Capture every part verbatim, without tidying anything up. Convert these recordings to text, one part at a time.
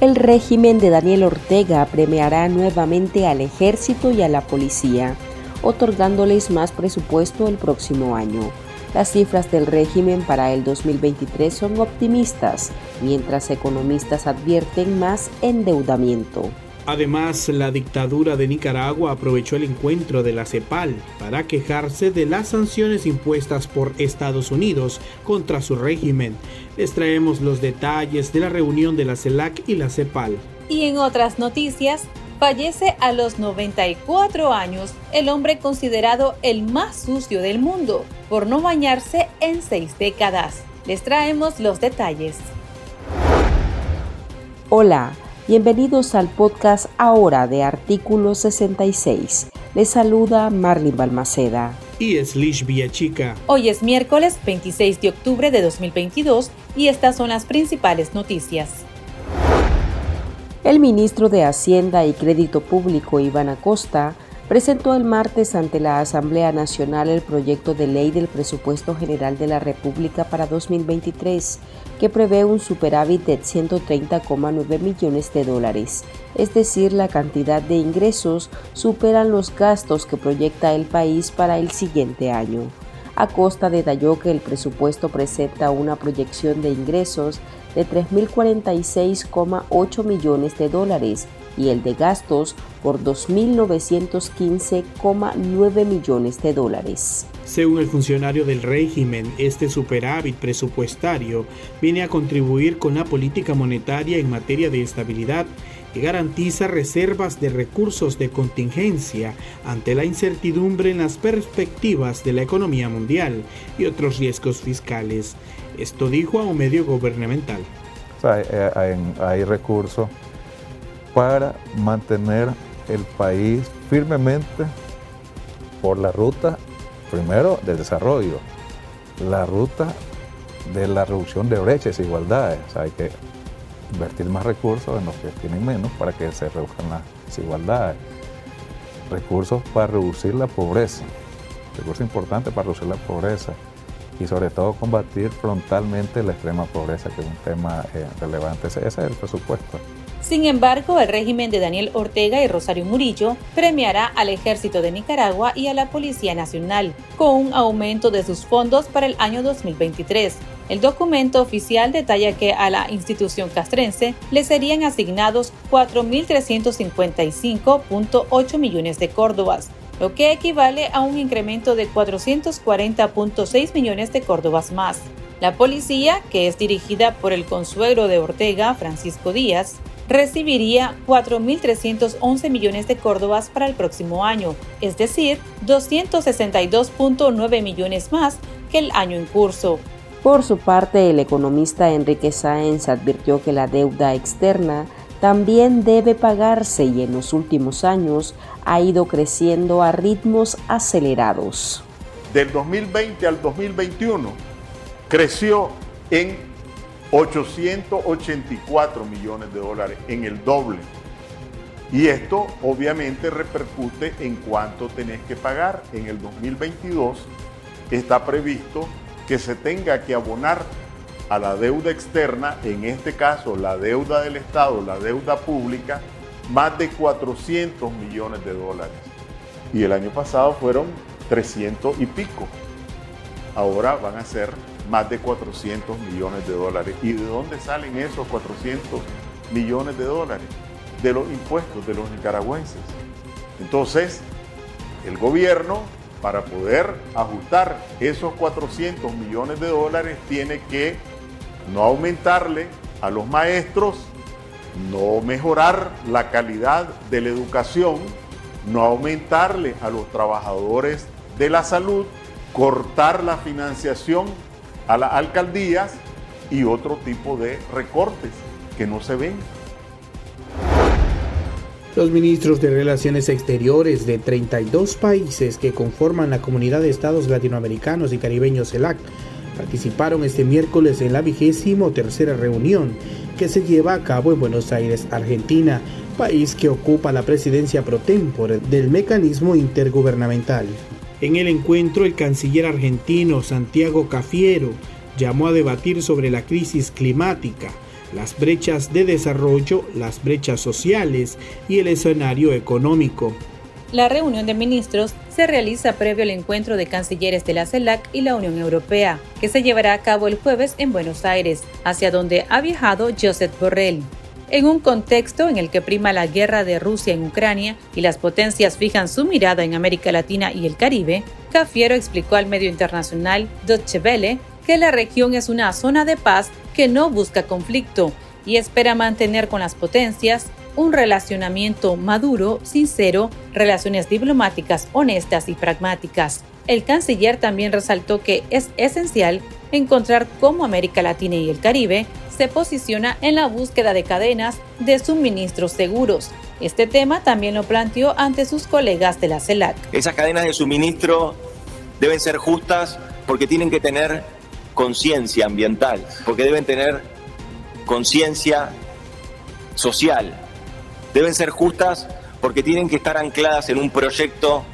El régimen de Daniel Ortega premiará nuevamente al ejército y a la policía, otorgándoles más presupuesto el próximo año. Las cifras del régimen para el dos mil veintitrés son optimistas, mientras economistas advierten más endeudamiento. Además, la dictadura de Nicaragua aprovechó el encuentro de la CEPAL para quejarse de las sanciones impuestas por Estados Unidos contra su régimen. Les traemos los detalles de la reunión de la CELAC y la CEPAL. Y en otras noticias, fallece a los noventa y cuatro años el hombre considerado el más sucio del mundo por no bañarse en seis décadas. Les traemos los detalles. Hola. Bienvenidos al podcast Ahora de Artículo sesenta y seis. Les saluda Marlin Balmaceda. Y Slish Villachica. Hoy es miércoles veintiséis de octubre de dos mil veintidós y estas son las principales noticias. El ministro de Hacienda y Crédito Público, Iván Acosta, presentó el martes ante la Asamblea Nacional el proyecto de ley del Presupuesto General de la República para dos mil veintitrés, que prevé un superávit de ciento treinta coma nueve millones de dólares, es decir, la cantidad de ingresos superan los gastos que proyecta el país para el siguiente año. Acosta detalló que el presupuesto presenta una proyección de ingresos de tres mil cuarenta y seis coma ocho millones de dólares y el de gastos por dos mil novecientos quince coma nueve millones de dólares. Según el funcionario del régimen, este superávit presupuestario viene a contribuir con la política monetaria en materia de estabilidad y garantiza reservas de recursos de contingencia ante la incertidumbre en las perspectivas de la economía mundial y otros riesgos fiscales. Esto dijo a un medio gubernamental. O sea, hay, hay, hay recursos para mantener el país firmemente por la ruta, primero, del desarrollo, la ruta de la reducción de brechas y desigualdades. O sea, hay que invertir más recursos en los que tienen menos para que se reduzcan las desigualdades. Recursos para reducir la pobreza, recursos importantes para reducir la pobreza y sobre todo combatir frontalmente la extrema pobreza, que es un tema eh, relevante. Ese, ese es el presupuesto. Sin embargo, el régimen de Daniel Ortega y Rosario Murillo premiará al Ejército de Nicaragua y a la Policía Nacional, con un aumento de sus fondos para el año dos mil veintitrés. El documento oficial detalla que a la institución castrense le serían asignados cuatro mil trescientos cincuenta y cinco punto ocho millones de córdobas, lo que equivale a un incremento de cuatrocientos cuarenta punto seis millones de córdobas más. La policía, que es dirigida por el consuegro de Ortega, Francisco Díaz, recibiría cuatro mil trescientos once millones de córdobas para el próximo año, es decir, doscientos sesenta y dos punto nueve millones más que el año en curso. Por su parte, el economista Enrique Sáenz advirtió que la deuda externa también debe pagarse y en los últimos años ha ido creciendo a ritmos acelerados. Del dos mil veinte al dos mil veintiuno creció en ochocientos ochenta y cuatro millones de dólares, en el doble. Y esto obviamente repercute en cuánto tenés que pagar. En el dos mil veintidós está previsto que se tenga que abonar a la deuda externa, en este caso la deuda del Estado, la deuda pública, más de cuatrocientos millones de dólares. Y el año pasado fueron trescientos y pico. Ahora van a ser más de cuatrocientos millones de dólares. ¿Y de dónde salen esos cuatrocientos millones de dólares? De los impuestos de los nicaragüenses. Entonces, el gobierno, para poder ajustar esos cuatrocientos millones de dólares, tiene que no aumentarle a los maestros, no mejorar la calidad de la educación, no aumentarle a los trabajadores de la salud, cortar la financiación a las alcaldías y otro tipo de recortes que no se ven. Los ministros de Relaciones Exteriores de treinta y dos países que conforman la Comunidad de Estados Latinoamericanos y Caribeños CELAC participaron este miércoles en la vigésimo tercera reunión que se lleva a cabo en Buenos Aires, Argentina, país que ocupa la presidencia pro tempore del mecanismo intergubernamental. En el encuentro, el canciller argentino Santiago Cafiero llamó a debatir sobre la crisis climática, las brechas de desarrollo, las brechas sociales y el escenario económico. La reunión de ministros se realiza previo al encuentro de cancilleres de la CELAC y la Unión Europea, que se llevará a cabo el jueves en Buenos Aires, hacia donde ha viajado Josep Borrell. En un contexto en el que prima la guerra de Rusia en Ucrania y las potencias fijan su mirada en América Latina y el Caribe, Cafiero explicó al medio internacional Deutsche Welle que la región es una zona de paz que no busca conflicto y espera mantener con las potencias un relacionamiento maduro, sincero, relaciones diplomáticas honestas y pragmáticas. El canciller también resaltó que es esencial encontrar cómo América Latina y el Caribe se posiciona en la búsqueda de cadenas de suministros seguros. Este tema también lo planteó ante sus colegas de la CELAC. Esas cadenas de suministro deben ser justas porque tienen que tener conciencia ambiental, porque deben tener conciencia social. Deben ser justas porque tienen que estar ancladas en un proyecto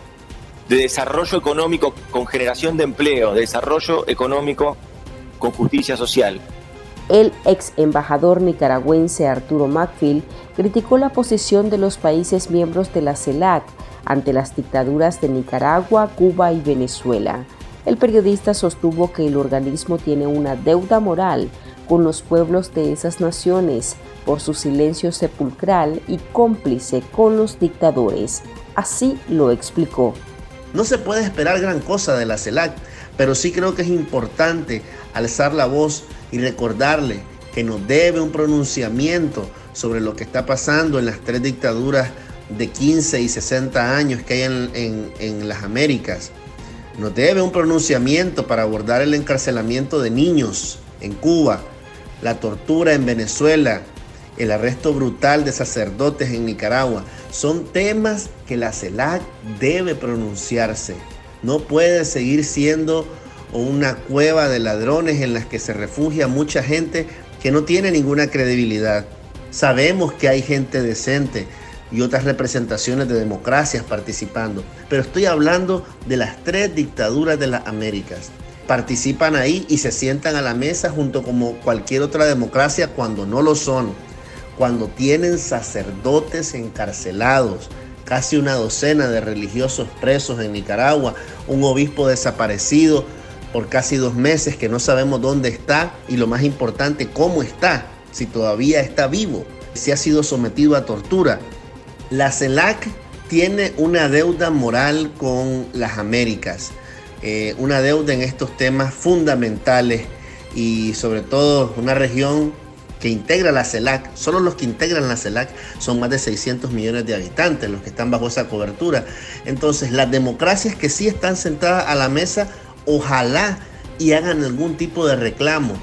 de desarrollo económico con generación de empleo, de desarrollo económico con justicia social. El ex embajador nicaragüense Arturo Macfield criticó la posición de los países miembros de la CELAC ante las dictaduras de Nicaragua, Cuba y Venezuela. El periodista sostuvo que el organismo tiene una deuda moral con los pueblos de esas naciones por su silencio sepulcral y cómplice con los dictadores. Así lo explicó. No se puede esperar gran cosa de la CELAC, pero sí creo que es importante alzar la voz y recordarle que nos debe un pronunciamiento sobre lo que está pasando en las tres dictaduras de quince y sesenta años que hay en, en, en las Américas. Nos debe un pronunciamiento para abordar el encarcelamiento de niños en Cuba, la tortura en Venezuela, el arresto brutal de sacerdotes en Nicaragua. Son temas que la CELAC debe pronunciarse. No puede seguir siendo una cueva de ladrones en las que se refugia mucha gente que no tiene ninguna credibilidad. Sabemos que hay gente decente y otras representaciones de democracias participando, pero estoy hablando de las tres dictaduras de las Américas. Participan ahí y se sientan a la mesa junto como cualquier otra democracia cuando no lo son, cuando tienen sacerdotes encarcelados, casi una docena de religiosos presos en Nicaragua, un obispo desaparecido por casi dos meses que no sabemos dónde está y lo más importante, cómo está, si todavía está vivo, si ha sido sometido a tortura. La CELAC tiene una deuda moral con las Américas, eh, una deuda en estos temas fundamentales y sobre todo una región que integra la CELAC. Solo los que integran la CELAC son más de seiscientos millones de habitantes, los que están bajo esa cobertura. Entonces, las democracias que sí están sentadas a la mesa, ojalá y hagan algún tipo de reclamo.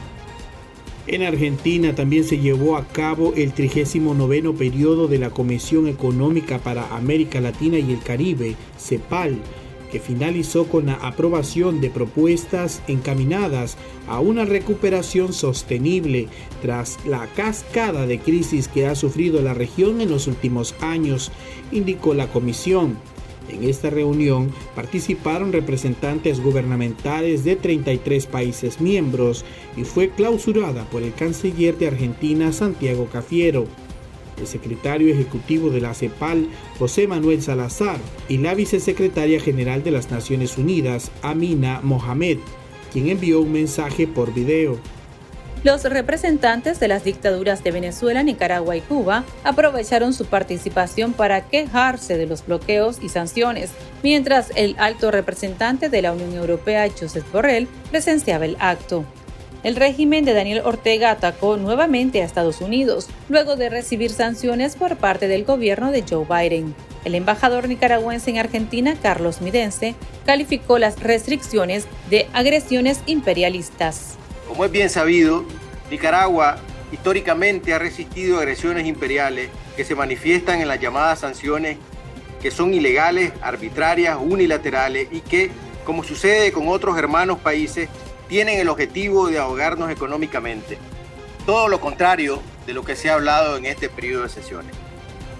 En Argentina también se llevó a cabo el trigésimo noveno periodo de la Comisión Económica para América Latina y el Caribe, CEPAL, que finalizó con la aprobación de propuestas encaminadas a una recuperación sostenible tras la cascada de crisis que ha sufrido la región en los últimos años, indicó la comisión. En esta reunión participaron representantes gubernamentales de treinta y tres países miembros y fue clausurada por el canciller de Argentina, Santiago Cafiero, el secretario ejecutivo de la CEPAL, José Manuel Salazar, y la vicesecretaria general de las Naciones Unidas, Amina Mohamed, quien envió un mensaje por video. Los representantes de las dictaduras de Venezuela, Nicaragua y Cuba aprovecharon su participación para quejarse de los bloqueos y sanciones, mientras el alto representante de la Unión Europea, Josep Borrell, presenciaba el acto. El régimen de Daniel Ortega atacó nuevamente a Estados Unidos, luego de recibir sanciones por parte del gobierno de Joe Biden. El embajador nicaragüense en Argentina, Carlos Midense, calificó las restricciones de agresiones imperialistas. Como es bien sabido, Nicaragua históricamente ha resistido agresiones imperiales que se manifiestan en las llamadas sanciones, que son ilegales, arbitrarias, unilaterales y que, como sucede con otros hermanos países, tienen el objetivo de ahogarnos económicamente. Todo lo contrario de lo que se ha hablado en este periodo de sesiones.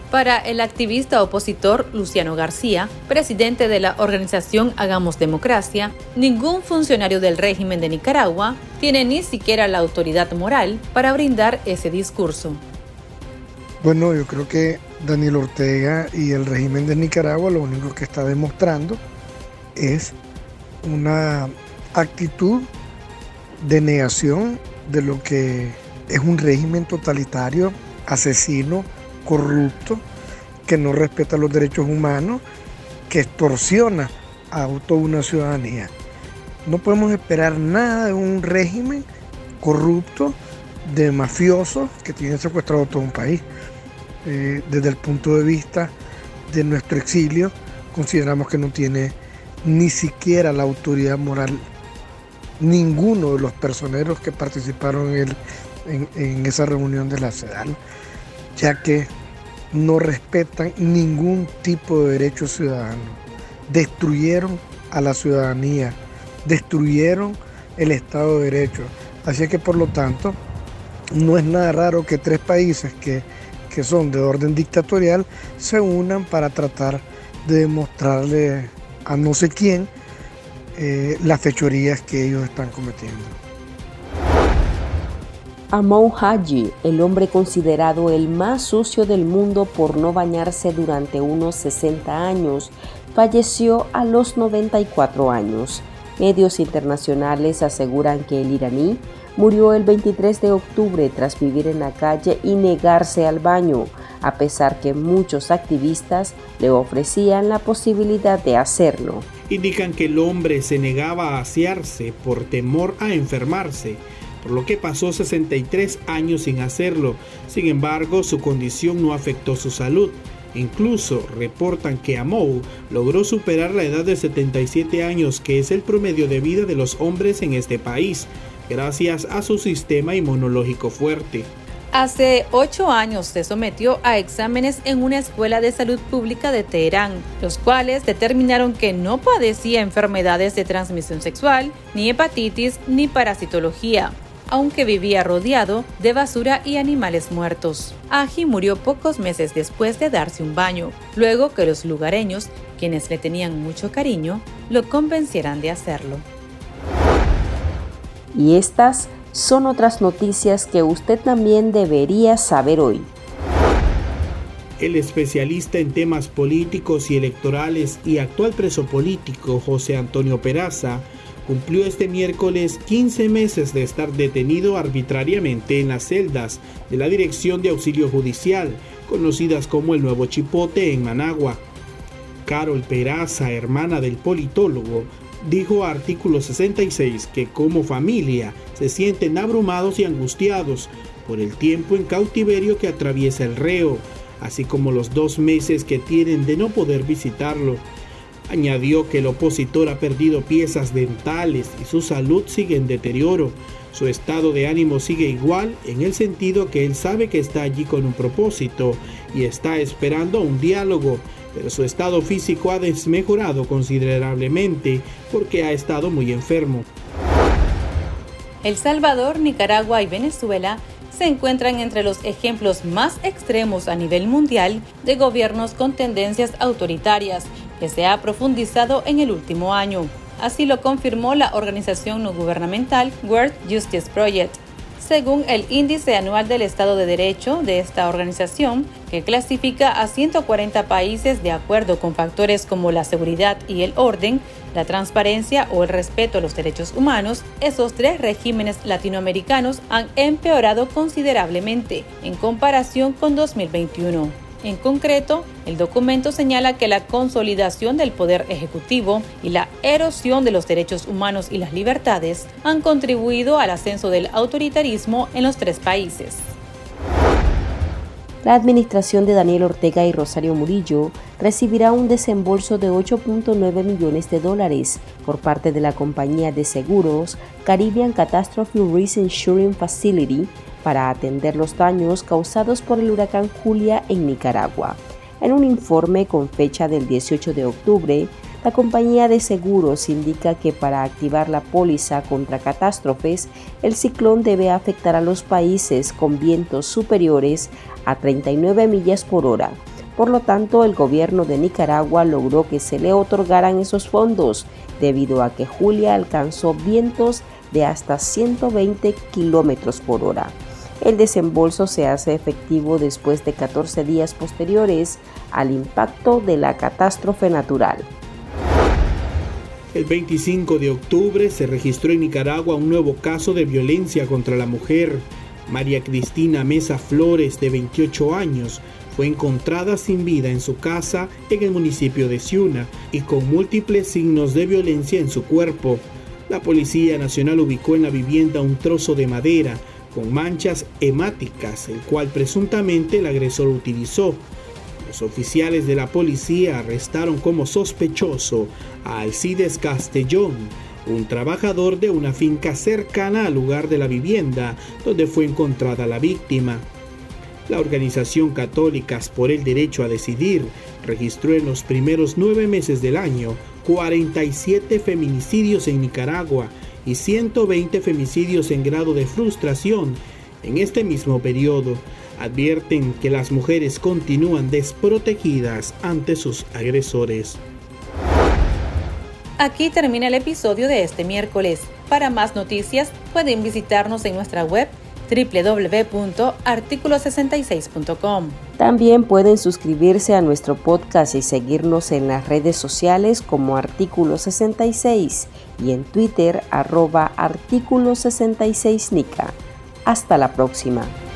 Para el activista opositor Luciano García, presidente de la organización Hagamos Democracia, ningún funcionario del régimen de Nicaragua tiene ni siquiera la autoridad moral para brindar ese discurso. Bueno, yo creo que Daniel Ortega y el régimen de Nicaragua lo único que está demostrando es una actitud de negación de lo que es un régimen totalitario, asesino, corrupto, que no respeta los derechos humanos, que extorsiona a toda una ciudadanía. No podemos esperar nada de un régimen corrupto, de mafiosos que tienen secuestrado todo un país. Eh, desde el punto de vista de nuestro exilio, consideramos que no tiene ni siquiera la autoridad moral ninguno de los personeros que participaron en, el, en, en esa reunión de la CEDAL, ya que no respetan ningún tipo de derecho ciudadano. Destruyeron a la ciudadanía, destruyeron el Estado de Derecho. Así que por lo tanto, no es nada raro que tres países que, que son de orden dictatorial se unan para tratar de demostrarle a no sé quién eh, las fechorías que ellos están cometiendo. Amou Haji, el hombre considerado el más sucio del mundo por no bañarse durante unos sesenta años, falleció a los noventa y cuatro años. Medios internacionales aseguran que el iraní murió el veintitrés de octubre tras vivir en la calle y negarse al baño, a pesar que muchos activistas le ofrecían la posibilidad de hacerlo. Indican que el hombre se negaba a asearse por temor a enfermarse, por lo que pasó sesenta y tres años sin hacerlo. Sin embargo, su condición no afectó su salud. Incluso reportan que Amou logró superar la edad de setenta y siete años, que es el promedio de vida de los hombres en este país, gracias a su sistema inmunológico fuerte. Hace ocho años se sometió a exámenes en una escuela de salud pública de Teherán, los cuales determinaron que no padecía enfermedades de transmisión sexual, ni hepatitis, ni parasitología, aunque vivía rodeado de basura y animales muertos. Haji murió pocos meses después de darse un baño, luego que los lugareños, quienes le tenían mucho cariño, lo convencieran de hacerlo. Y estas son otras noticias que usted también debería saber hoy. El especialista en temas políticos y electorales y actual preso político José Antonio Peraza cumplió este miércoles quince meses de estar detenido arbitrariamente en las celdas de la Dirección de Auxilio Judicial, conocidas como el Nuevo Chipote en Managua. Carol Peraza, hermana del politólogo, dijo a Artículo sesenta y seis que como familia se sienten abrumados y angustiados por el tiempo en cautiverio que atraviesa el reo, así como los dos meses que tienen de no poder visitarlo. Añadió que el opositor ha perdido piezas dentales y su salud sigue en deterioro. Su estado de ánimo sigue igual, en el sentido que él sabe que está allí con un propósito y está esperando un diálogo, pero su estado físico ha desmejorado considerablemente porque ha estado muy enfermo. El Salvador, Nicaragua y Venezuela se encuentran entre los ejemplos más extremos a nivel mundial de gobiernos con tendencias autoritarias que se ha profundizado en el último año. Así lo confirmó la organización no gubernamental World Justice Project. Según el índice anual del Estado de Derecho de esta organización, que clasifica a ciento cuarenta países de acuerdo con factores como la seguridad y el orden, la transparencia o el respeto a los derechos humanos, esos tres regímenes latinoamericanos han empeorado considerablemente en comparación con dos mil veintiuno. En concreto, el documento señala que la consolidación del poder ejecutivo y la erosión de los derechos humanos y las libertades han contribuido al ascenso del autoritarismo en los tres países. La administración de Daniel Ortega y Rosario Murillo recibirá un desembolso de ocho punto nueve millones de dólares por parte de la compañía de seguros Caribbean Catastrophe Risk Insurance Facility para atender los daños causados por el huracán Julia en Nicaragua. En un informe con fecha del dieciocho de octubre, la compañía de seguros indica que para activar la póliza contra catástrofes, el ciclón debe afectar a los países con vientos superiores a treinta y nueve millas por hora, Por lo tanto, el gobierno de Nicaragua logró que se le otorgaran esos fondos, debido a que Julia alcanzó vientos de hasta ciento veinte kilómetros por hora. El desembolso se hace efectivo después de catorce días posteriores al impacto de la catástrofe natural. El veinticinco de octubre se registró en Nicaragua un nuevo caso de violencia contra la mujer. María Cristina Mesa Flores, de veintiocho años, fue encontrada sin vida en su casa en el municipio de Ciuna y con múltiples signos de violencia en su cuerpo. La Policía Nacional ubicó en la vivienda un trozo de madera con manchas hemáticas, el cual presuntamente el agresor utilizó. Los oficiales de la policía arrestaron como sospechoso a Alcides Castellón, un trabajador de una finca cercana al lugar de la vivienda donde fue encontrada la víctima. La organización Católicas por el Derecho a Decidir registró en los primeros nueve meses del año cuarenta y siete feminicidios en Nicaragua y ciento veinte femicidios en grado de frustración en este mismo periodo. Advierten que las mujeres continúan desprotegidas ante sus agresores. Aquí termina el episodio de este miércoles. Para más noticias pueden visitarnos en nuestra web doble u doble u doble u punto artículo sesenta y seis punto com. También pueden suscribirse a nuestro podcast y seguirnos en las redes sociales como Artículo sesenta y seis y en Twitter arroba Artículo sesenta y seis Nica. Hasta la próxima.